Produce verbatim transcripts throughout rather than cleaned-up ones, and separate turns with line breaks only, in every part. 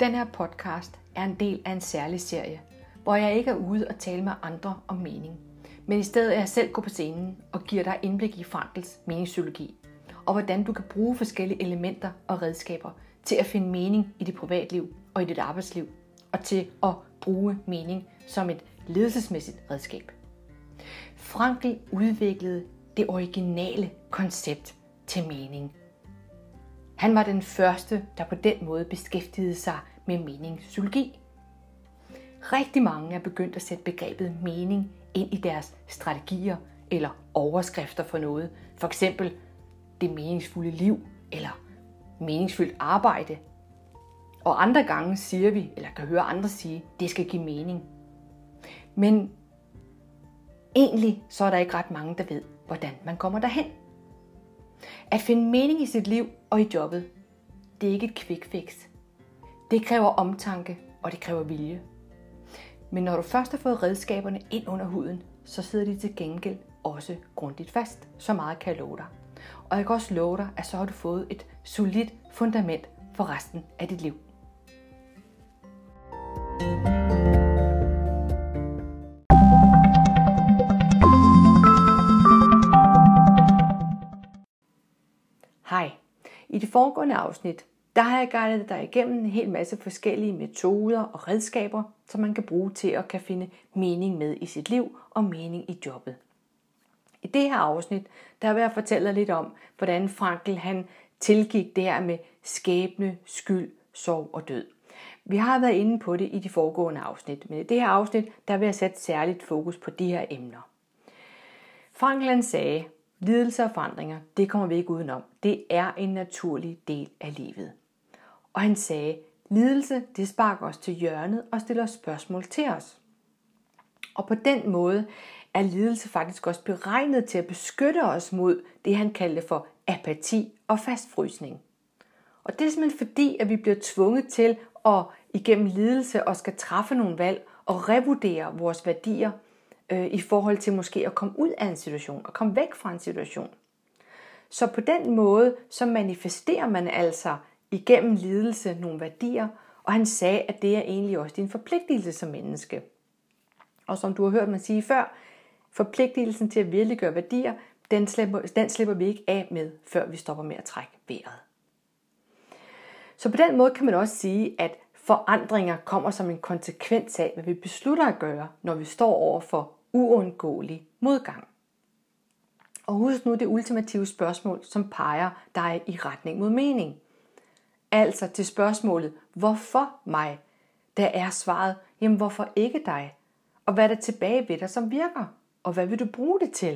Den her podcast er en del af en særlig serie, hvor jeg ikke er ude og tale med andre om mening, men i stedet er jeg selv går på scenen og giver dig indblik i Frankls meningspsykologi, og hvordan du kan bruge forskellige elementer og redskaber til at finde mening i dit privatliv og i dit arbejdsliv, og til at bruge mening som et ledelsesmæssigt redskab. Frankl udviklede det originale koncept til mening. Han var den første, der på den måde beskæftigede sig med meningspsykologi. Rigtig mange er begyndt at sætte begrebet mening ind i deres strategier eller overskrifter for noget. For eksempel det meningsfulde liv eller meningsfuldt arbejde. Og andre gange siger vi, eller kan høre andre sige, det skal give mening. Men egentlig så er der ikke ret mange, der ved, hvordan man kommer derhen. At finde mening i sit liv og i jobbet, det er ikke et quick fix. Det kræver omtanke, og det kræver vilje. Men når du først har fået redskaberne ind under huden, så sidder de til gengæld også grundigt fast. Så meget kan jeg love dig. Og jeg kan også love dig, at så har du fået et solidt fundament for resten af dit liv. Hej. I det foregående afsnit, der har jeg guidet dig igennem en hel masse forskellige metoder og redskaber, som man kan bruge til at kan finde mening med i sit liv og mening i jobbet. I det her afsnit, der vil jeg fortælle dig lidt om, hvordan Frankl han tilgik det her med skæbne, skyld, sorg og død. Vi har været inde på det i de foregående afsnit, men i det her afsnit, der vil jeg sætte særligt fokus på de her emner. Frankl han sagde, lidelse og forandringer, det kommer vi ikke udenom. Det er en naturlig del af livet. Og han sagde, lidelse, det sparker os til hjørnet og stiller spørgsmål til os. Og på den måde er lidelse faktisk også beregnet til at beskytte os mod det, han kaldte for apati og fastfrysning. Og det er simpelthen fordi, at vi bliver tvunget til at igennem lidelse og skal træffe nogle valg og revurdere vores værdier øh, i forhold til måske at komme ud af en situation og komme væk fra en situation. Så på den måde, så manifesterer man altså igennem lidelse nogle værdier, og han sagde, at det er egentlig også din forpligtelse som menneske. Og som du har hørt mig sige før, forpligtelsen til at virkelig gøre værdier, den slipper, den slipper vi ikke af med, før vi stopper med at trække vejret. Så på den måde kan man også sige, at forandringer kommer som en konsekvens af, hvad vi beslutter at gøre, når vi står over for uundgåelig modgang. Og husk nu det ultimative spørgsmål, som peger dig i retning mod mening. Altså til spørgsmålet, hvorfor mig? Der er svaret, jamen hvorfor ikke dig? Og hvad er der tilbage ved dig, som virker? Og hvad vil du bruge det til?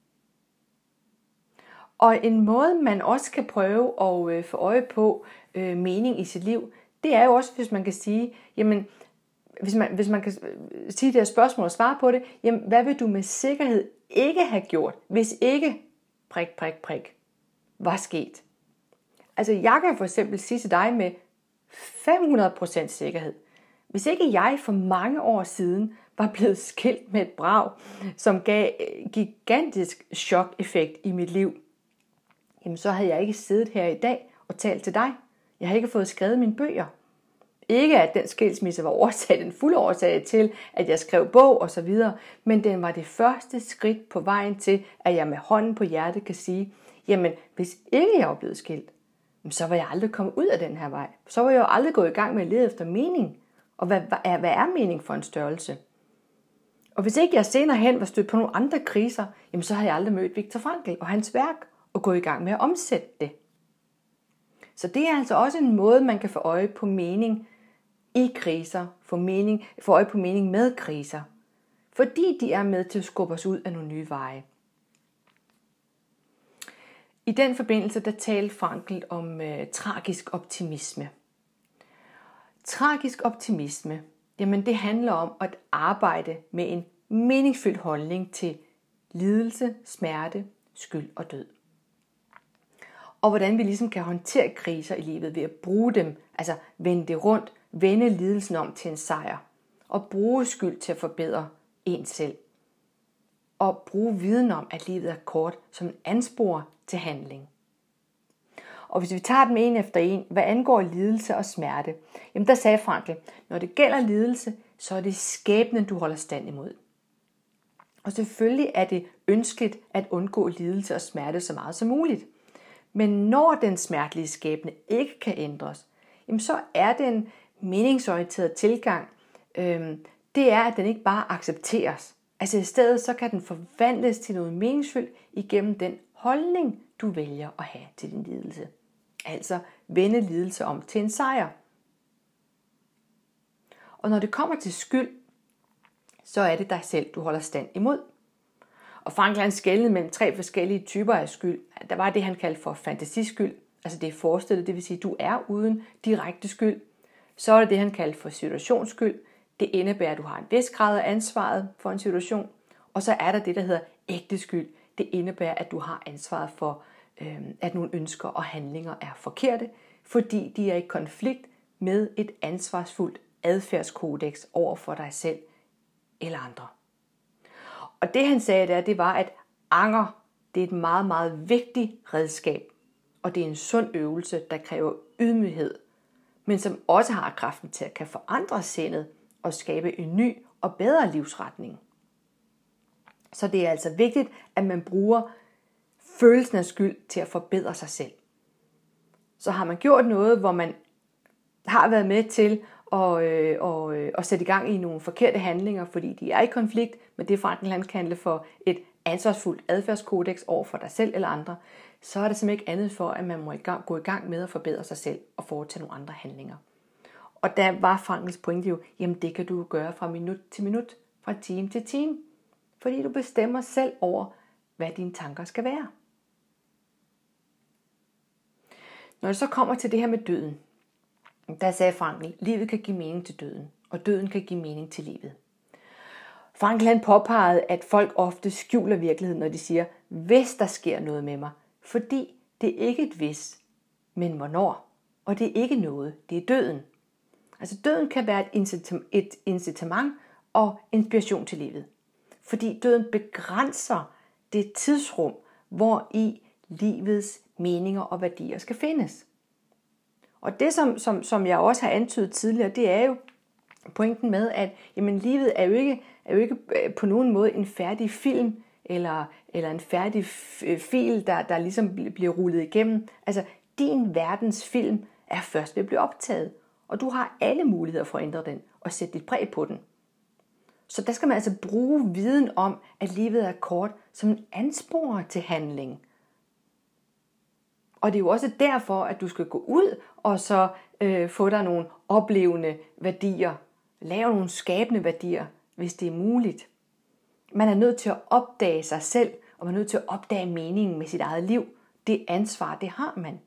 Og en måde, man også kan prøve at få øje på øh, mening i sit liv, det er jo også, hvis man kan sige, jamen, hvis man, hvis man kan sige det her spørgsmål og svare på det, jamen, hvad vil du med sikkerhed ikke have gjort, hvis ikke prik, prik, prik var sket? Altså, jeg kan for eksempel sige til dig med fem hundrede procent sikkerhed, hvis ikke jeg for mange år siden var blevet skilt med et brag, som gav gigantisk chok-effekt i mit liv, jamen så havde jeg ikke siddet her i dag og talt til dig. Jeg havde ikke fået skrevet mine bøger. Ikke at den skilsmisse var årsag, den fulde årsag til, at jeg skrev bog og så videre, men den var det første skridt på vejen til, at jeg med hånden på hjertet kan sige, jamen hvis ikke jeg var blevet skilt, så var jeg aldrig kommet ud af den her vej. Så var jeg jo aldrig gået i gang med at lede efter mening. Og hvad, hvad, er, hvad er mening for en størrelse? Og hvis ikke jeg senere hen var stødt på nogle andre kriser, jamen så havde jeg aldrig mødt Viktor Frankl og hans værk og gået i gang med at omsætte det. Så det er altså også en måde, man kan få øje på mening i kriser, få, mening, få øje på mening med kriser, fordi de er med til at skubbe os ud af nogle nye veje. I den forbindelse, der talte Frankl om øh, tragisk optimisme. Tragisk optimisme, jamen det handler om at arbejde med en meningsfyldt holdning til lidelse, smerte, skyld og død. Og hvordan vi ligesom kan håndtere kriser i livet ved at bruge dem, altså vende det rundt, vende lidelsen om til en sejr, og bruge skyld til at forbedre en selv. Og bruge viden om, at livet er kort som en anspor til handling. Og hvis vi tager dem en efter en, hvad angår lidelse og smerte, jamen der sagde Frankl, når det gælder lidelse, så er det skæbnen, du holder stand imod. Og selvfølgelig er det ønskeligt at undgå lidelse og smerte så meget som muligt. Men når den smertelige skæbne ikke kan ændres, jamen så er den meningsorienterede tilgang, øhm, det er, at den ikke bare accepteres. Altså i stedet så kan den forvandles til noget meningsfyldt igennem den holdning, du vælger at have til din lidelse. Altså vende lidelse om til en sejr. Og når det kommer til skyld, så er det dig selv, du holder stand imod. Og Frankl han skelnede mellem tre forskellige typer af skyld. Der var det, han kaldte for fantasiskyld. Altså det er forestillet, det vil sige, at du er uden direkte skyld. Så er det det, han kaldte for situationsskyld. Det indebærer, at du har en vis grad af ansvaret for en situation. Og så er der det, der hedder ægte skyld. Det indebærer, at du har ansvaret for, øh, at nogle ønsker og handlinger er forkerte, fordi de er i konflikt med et ansvarsfuldt adfærdskodex over for dig selv eller andre. Og det han sagde der, det var, at anger, det er et meget, meget vigtigt redskab. Og det er en sund øvelse, der kræver ydmyghed, men som også har kraften til at kan forandre sindet og skabe en ny og bedre livsretning. Så det er altså vigtigt, at man bruger følelsen af skyld til at forbedre sig selv. Så har man gjort noget, hvor man har været med til at, øh, og, øh, at sætte i gang i nogle forkerte handlinger, fordi de er i konflikt med det, Frankl han kalder for et ansvarsfuldt adfærdskodex over for dig selv eller andre, så er det simpelthen ikke andet for, at man må i gang, gå i gang med at forbedre sig selv og foretage nogle andre handlinger. Og der var Frankls pointe jo, jamen det kan du gøre fra minut til minut, fra time til time, fordi du bestemmer selv over, hvad dine tanker skal være. Når det så kommer til det her med døden, der sagde Frankl, livet kan give mening til døden, og døden kan give mening til livet. Frankl han påpegede, at folk ofte skjuler virkeligheden, når de siger, hvis der sker noget med mig, fordi det er ikke et hvis, men hvornår, og det er ikke noget, det er døden. Altså døden kan være et incitament og inspiration til livet, fordi døden begrænser det tidsrum, hvor i livets meninger og værdier skal findes. Og det, som, som, som jeg også har antydet tidligere, det er jo pointen med, at jamen, livet er jo, ikke, er jo ikke på nogen måde en færdig film, eller, eller en færdig fil, der, der ligesom bliver rullet igennem. Altså, din verdens film er først ved at blive optaget, og du har alle muligheder for at ændre den og sætte dit præg på den. Så der skal man altså bruge viden om, at livet er kort, som en ansporer til handling. Og det er jo også derfor, at du skal gå ud og så øh, få dig nogle oplevende værdier. Lave nogle skabende værdier, hvis det er muligt. Man er nødt til at opdage sig selv, og man er nødt til at opdage meningen med sit eget liv. Det ansvar, det har man.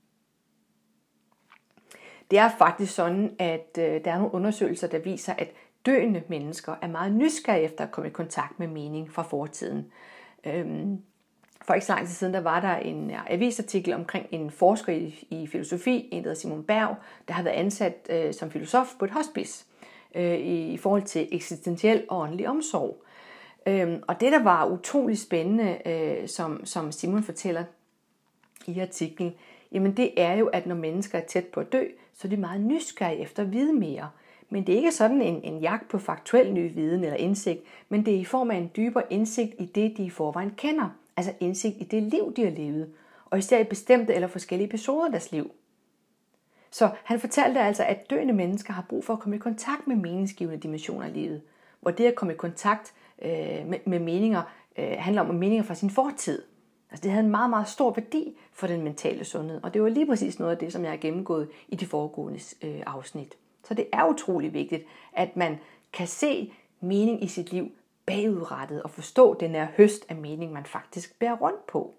Det er faktisk sådan, at øh, der er nogle undersøgelser, der viser, at døende mennesker er meget nysgerrige efter at komme i kontakt med mening fra fortiden. Øhm, For ikke så lang tid siden, der var der en avisartikel omkring en forsker i, i filosofi, en der hedder Simon Berg, der har været ansat øh, som filosof på et hospice øh, i, i forhold til eksistentiel og åndelig omsorg. Øhm, og det, der var utrolig spændende, øh, som, som Simon fortæller i artiklen, jamen det er jo, at når mennesker er tæt på at dø, så er de meget nysgerrige efter at vide mere. Men det er ikke sådan en, en jagt på faktuel ny viden eller indsigt, men det er i form af en dybere indsigt i det, de i forvejen kender. Altså indsigt i det liv, de har levet, og især i bestemte eller forskellige episoder af deres liv. Så han fortalte altså, at døende mennesker har brug for at komme i kontakt med meningsgivende dimensioner af livet, hvor det at komme i kontakt øh, med, med meninger øh, handler om meninger fra sin fortid. Altså det havde en meget, meget stor værdi for den mentale sundhed, og det var lige præcis noget af det, som jeg har gennemgået i de foregående øh, afsnit. Så det er utrolig vigtigt, at man kan se mening i sit liv bagudrettet og forstå den her høst af mening, man faktisk bærer rundt på.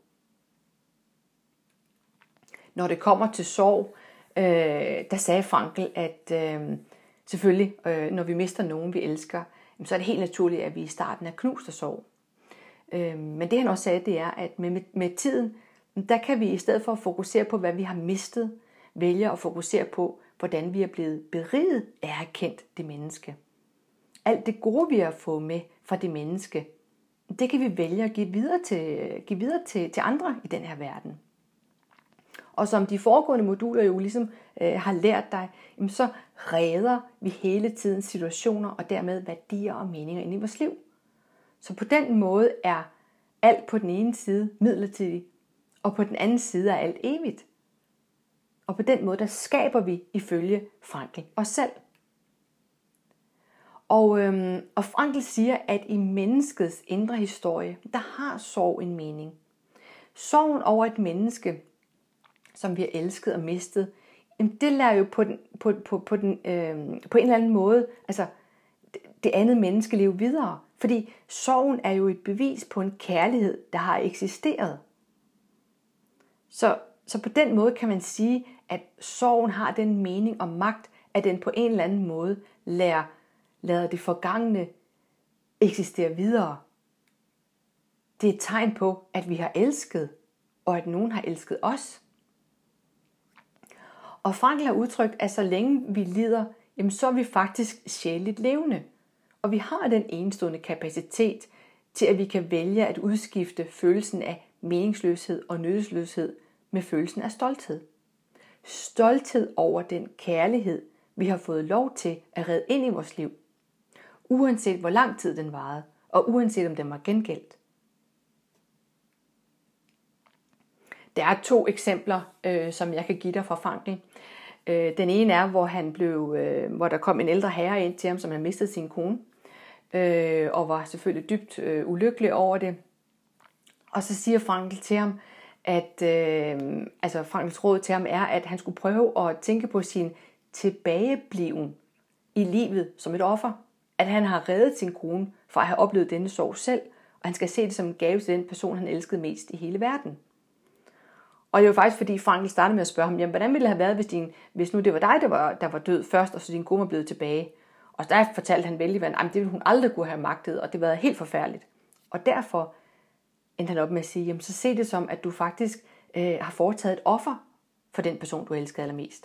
Når det kommer til sorg, øh, der sagde Frankl, at øh, selvfølgelig, øh, når vi mister nogen, vi elsker, så er det helt naturligt, at vi i starten er knust af sorg. Øh, men det han også sagde, det er, at med, med tiden, der kan vi i stedet for at fokusere på, hvad vi har mistet, vælge at fokusere på, hvordan vi er blevet beriget af at have kendt det menneske. Alt det gode, vi har fået med fra det menneske, det kan vi vælge at give videre til, give videre til, til andre i den her verden. Og som de foregående moduler jo ligesom øh, har lært dig, jamen så redder vi hele tiden situationer og dermed værdier og meninger ind i vores liv. Så på den måde er alt på den ene side midlertidigt, og på den anden side er alt evigt. Og på den måde, der skaber vi ifølge Frankl os selv. Og, øhm, og Frankl siger, at i menneskets indre historie, der har sorg en mening. Sorgen over et menneske, som vi har elsket og mistet, jamen det lader jo på, den, på, på, på, den, øhm, på en eller anden måde altså det andet menneskeliv videre. Fordi sorgen er jo et bevis på en kærlighed, der har eksisteret. Så, så på den måde kan man sige, at sorgen har den mening og magt, at den på en eller anden måde lader, lader det forgangne eksistere videre. Det er et tegn på, at vi har elsket, og at nogen har elsket os. Og Frankl har udtrykt, at så længe vi lider, jamen så er vi faktisk sjæleligt levende. Og vi har den enestående kapacitet til, at vi kan vælge at udskifte følelsen af meningsløshed og nyttesløshed med følelsen af stolthed. Stolthed over den kærlighed, vi har fået lov til at redde ind i vores liv. Uanset hvor lang tid den varede, og uanset om den var gengældt. Der er to eksempler, øh, som jeg kan give dig fra Frankl. Øh, den ene er, hvor, han blev, øh, hvor der kom en ældre herre ind til ham, som havde mistet sin kone. Øh, og var selvfølgelig dybt øh, ulykkelig over det. Og så siger Frankl til ham, at øh, altså Frankls råd til ham er, at han skulle prøve at tænke på sin tilbagebliven i livet som et offer. At han har reddet sin kone fra at have oplevet denne sorg selv, og han skal se det som en gave til den person, han elskede mest i hele verden. Og det var faktisk, fordi Frankl startede med at spørge ham, jamen, hvordan ville det have været, hvis, din, hvis nu det var dig, der var, der var død først, og så din kone var blevet tilbage? Og der fortalte han vældig, at det ville hun aldrig kunne have magtet, og det var helt forfærdeligt. Og derfor endte han op med at sige, jamen, så se det som, at du faktisk øh, har foretaget et offer for den person, du elskede allermest.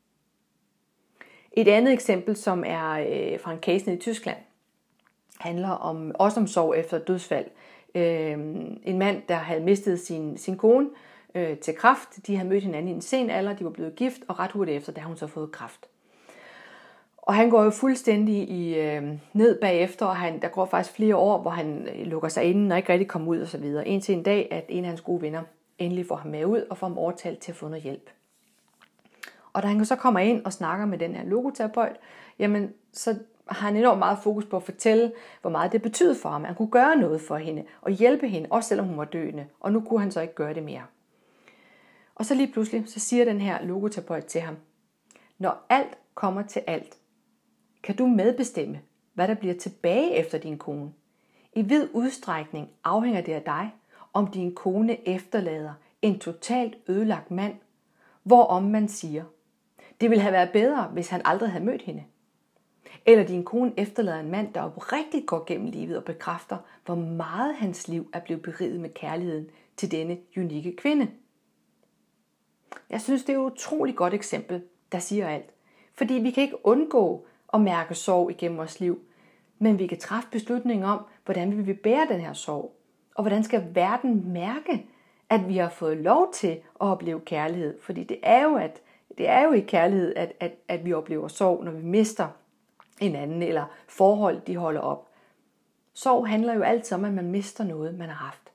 Et andet eksempel, som er øh, fra en case i Tyskland, handler om, også om sorg efter dødsfald. Øh, en mand, der havde mistet sin, sin kone øh, til kræft. De havde mødt hinanden i en sen alder, de var blevet gift, og ret hurtigt efter, der har hun så fået kræft. Og han går jo fuldstændig i, øh, ned bagefter, og han, der går faktisk flere år, hvor han lukker sig inde og ikke rigtig kommer ud og så videre. Indtil en dag, at en af hans gode venner endelig får ham med ud og får ham overtalt til at få noget hjælp. Og da han så kommer ind og snakker med den her logoterapeut, jamen så har han enormt meget fokus på at fortælle, hvor meget det betød for ham. Han kunne gøre noget for hende og hjælpe hende, også selvom hun var døende. Og nu kunne han så ikke gøre det mere. Og så lige pludselig, så siger den her logoterapeut til ham, når alt kommer til alt, kan du medbestemme, hvad der bliver tilbage efter din kone. I vid udstrækning afhænger det af dig, om din kone efterlader en totalt ødelagt mand, hvorom man siger, det ville have været bedre, hvis han aldrig havde mødt hende. Eller din kone efterlader en mand, der oprigtigt går gennem livet og bekræfter, hvor meget hans liv er blevet beriget med kærligheden til denne unikke kvinde. Jeg synes, det er et utroligt godt eksempel, der siger alt. Fordi vi kan ikke undgå at mærke sorg igennem vores liv, men vi kan træffe beslutninger om, hvordan vi vil bære den her sorg. Og hvordan skal verden mærke, at vi har fået lov til at opleve kærlighed. Fordi det er jo, at, det er jo i kærlighed, at, at, at vi oplever sorg, når vi mister en anden, eller forhold, de holder op. Sorg handler jo altid om, at man mister noget, man har haft.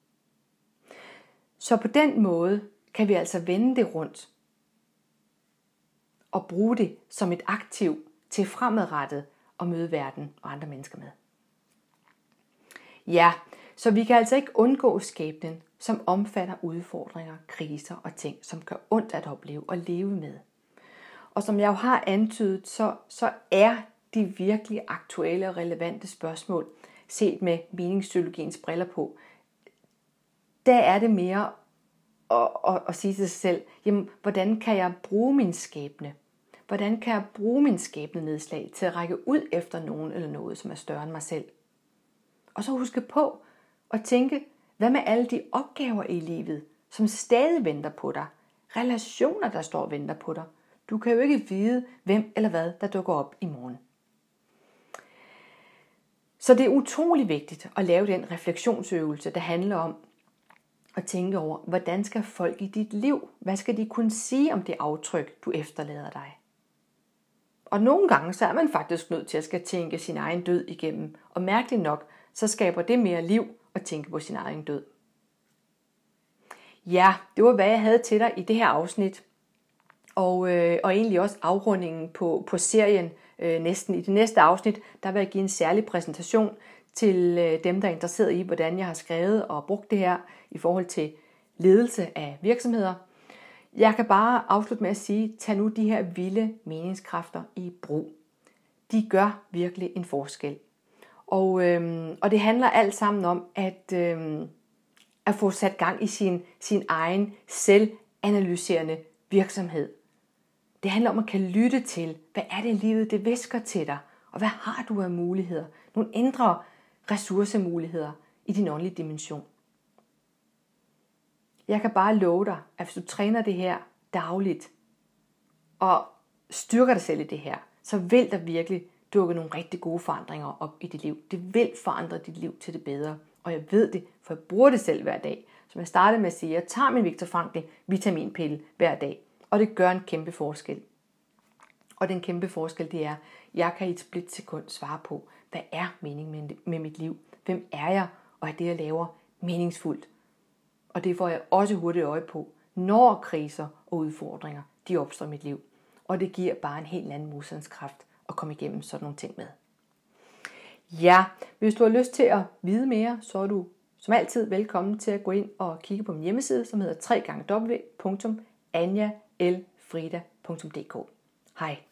Så på den måde kan vi altså vende det rundt og bruge det som et aktiv til fremadrettet at møde verden og andre mennesker med. Ja, så vi kan altså ikke undgå skæbnen, som omfatter udfordringer, kriser og ting, som gør ondt at opleve og leve med. Og som jeg jo har antydet, så, så er de virkelig aktuelle og relevante spørgsmål, set med meningspsykologiens briller på, der er det mere at, at, at sige til sig selv, jamen, hvordan kan jeg bruge min skæbne? Hvordan kan jeg bruge min skæbne nedslag til at række ud efter nogen eller noget, som er større end mig selv? Og så huske på at tænke, hvad med alle de opgaver i livet, som stadig venter på dig? Relationer, der står og venter på dig. Du kan jo ikke vide, hvem eller hvad, der dukker op i morgen. Så det er utrolig vigtigt at lave den refleksionsøvelse, der handler om og tænke over, hvordan skal folk i dit liv, hvad skal de kunne sige om det aftryk, du efterlader dig? Og nogle gange så er man faktisk nødt til at skal tænke sin egen død igennem, og mærkeligt nok, så skaber det mere liv at tænke på sin egen død. Ja, det var hvad jeg havde til dig i det her afsnit, og, øh, og egentlig også afrundingen på, på serien øh, næsten. I det næste afsnit, der vil jeg give en særlig præsentation til øh, dem, der er interesseret i, hvordan jeg har skrevet og brugt det her i forhold til ledelse af virksomheder. Jeg kan bare afslutte med at sige, tag nu de her vilde meningskræfter i brug. De gør virkelig en forskel. Og, øhm, og det handler alt sammen om at, øhm, at få sat gang i sin, sin egen selvanalyserende virksomhed. Det handler om at kan lytte til, hvad er det livet, det visker til dig, og hvad har du af muligheder, nogle indre ressourcemuligheder i din åndelige dimension. Jeg kan bare love dig, at hvis du træner det her dagligt, og styrker dig selv i det her, så vil der virkelig dukke nogle rigtig gode forandringer op i dit liv. Det vil forandre dit liv til det bedre, og jeg ved det, for jeg bruger det selv hver dag. Som jeg startede med at sige, jeg tager min Viktor Frankl vitaminpille hver dag, og det gør en kæmpe forskel. Og den kæmpe forskel, det er, jeg kan i et splitsekund svare på, hvad er meningen med mit liv? Hvem er jeg? Og er det, jeg laver, meningsfuldt? Og det får jeg også hurtigt øje på, når kriser og udfordringer, de opstår i mit liv. Og det giver bare en helt anden modstandskraft at komme igennem sådan nogle ting med. Ja, hvis du har lyst til at vide mere, så er du som altid velkommen til at gå ind og kigge på min hjemmeside, som hedder w w w punktum anja elfrida punktum d k. Hej.